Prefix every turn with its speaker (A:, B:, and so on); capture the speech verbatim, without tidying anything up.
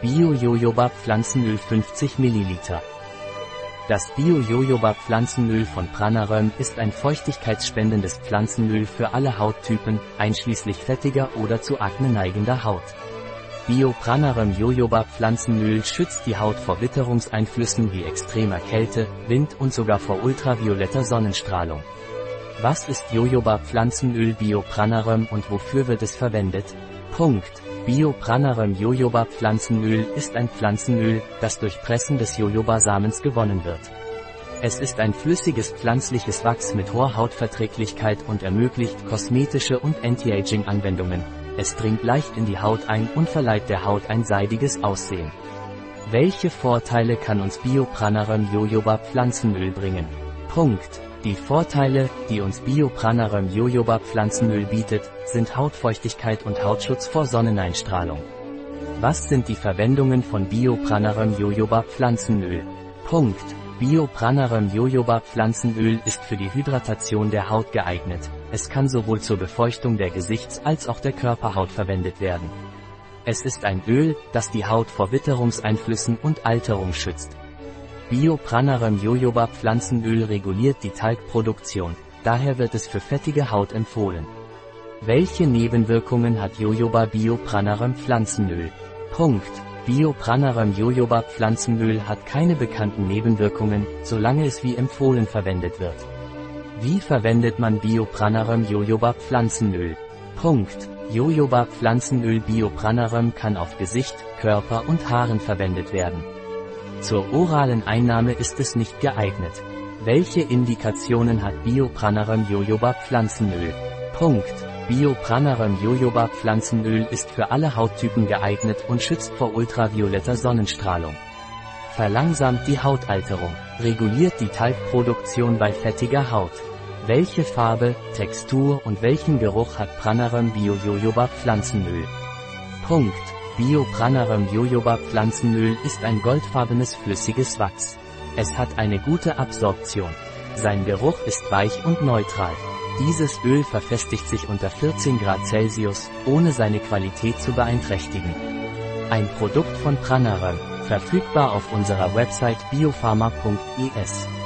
A: Bio-Jojoba Pflanzenöl fünfzig Milliliter. Das Bio-Jojoba Pflanzenöl von Pranaröm ist ein feuchtigkeitsspendendes Pflanzenöl für alle Hauttypen, einschließlich fettiger oder zu Akne neigender Haut. Bio-Pranaröm Jojoba Pflanzenöl schützt die Haut vor Witterungseinflüssen wie extremer Kälte, Wind und sogar vor ultravioletter Sonnenstrahlung. Was ist Jojoba Pflanzenöl Bio-Pranaröm und wofür wird es verwendet? Punkt. Bio-Pranaröm Jojoba Pflanzenöl ist ein Pflanzenöl, das durch Pressen des Jojoba-Samens gewonnen wird. Es ist ein flüssiges pflanzliches Wachs mit hoher Hautverträglichkeit und ermöglicht kosmetische und Anti-Aging-Anwendungen. Es dringt leicht in die Haut ein und verleiht der Haut ein seidiges Aussehen. Welche Vorteile kann uns Bio-Pranaröm Jojoba Pflanzenöl bringen? Punkt. Die Vorteile, die uns Bio-Pranaröm Jojoba Pflanzenöl bietet, sind Hautfeuchtigkeit und Hautschutz vor Sonneneinstrahlung. Was sind die Verwendungen von Bio-Pranaröm Jojoba Pflanzenöl? Punkt. Bio-Pranaröm Jojoba Pflanzenöl ist für die Hydratation der Haut geeignet. Es kann sowohl zur Befeuchtung der Gesichts- als auch der Körperhaut verwendet werden. Es ist ein Öl, das die Haut vor Witterungseinflüssen und Alterung schützt. Bio-Pranaröm Jojoba Pflanzenöl reguliert die Talgproduktion, daher wird es für fettige Haut empfohlen. Welche Nebenwirkungen hat Jojoba Bio-Pranaröm Pflanzenöl? Punkt. Bio-Pranaröm Jojoba Pflanzenöl hat keine bekannten Nebenwirkungen, solange es wie empfohlen verwendet wird. Wie verwendet man Bio-Pranaröm Jojoba Pflanzenöl? Punkt. Jojoba Pflanzenöl Bio-Pranaröm kann auf Gesicht, Körper und Haaren verwendet werden. Zur oralen Einnahme ist es nicht geeignet. Welche Indikationen hat Bio-Pranaröm Jojoba Pflanzenöl? Punkt. Bio-Pranaröm Jojoba Pflanzenöl ist für alle Hauttypen geeignet und schützt vor ultravioletter Sonnenstrahlung. Verlangsamt die Hautalterung, reguliert die Talgproduktion bei fettiger Haut. Welche Farbe, Textur und welchen Geruch hat Pranaröm Bio Jojoba Pflanzenöl? Punkt. Bio-Pranaröm Jojoba Pflanzenöl ist ein goldfarbenes flüssiges Wachs. Es hat eine gute Absorption. Sein Geruch ist weich und neutral. Dieses Öl verfestigt sich unter vierzehn Grad Celsius, ohne seine Qualität zu beeinträchtigen. Ein Produkt von Pranaröm, verfügbar auf unserer Website biopharma punkt es.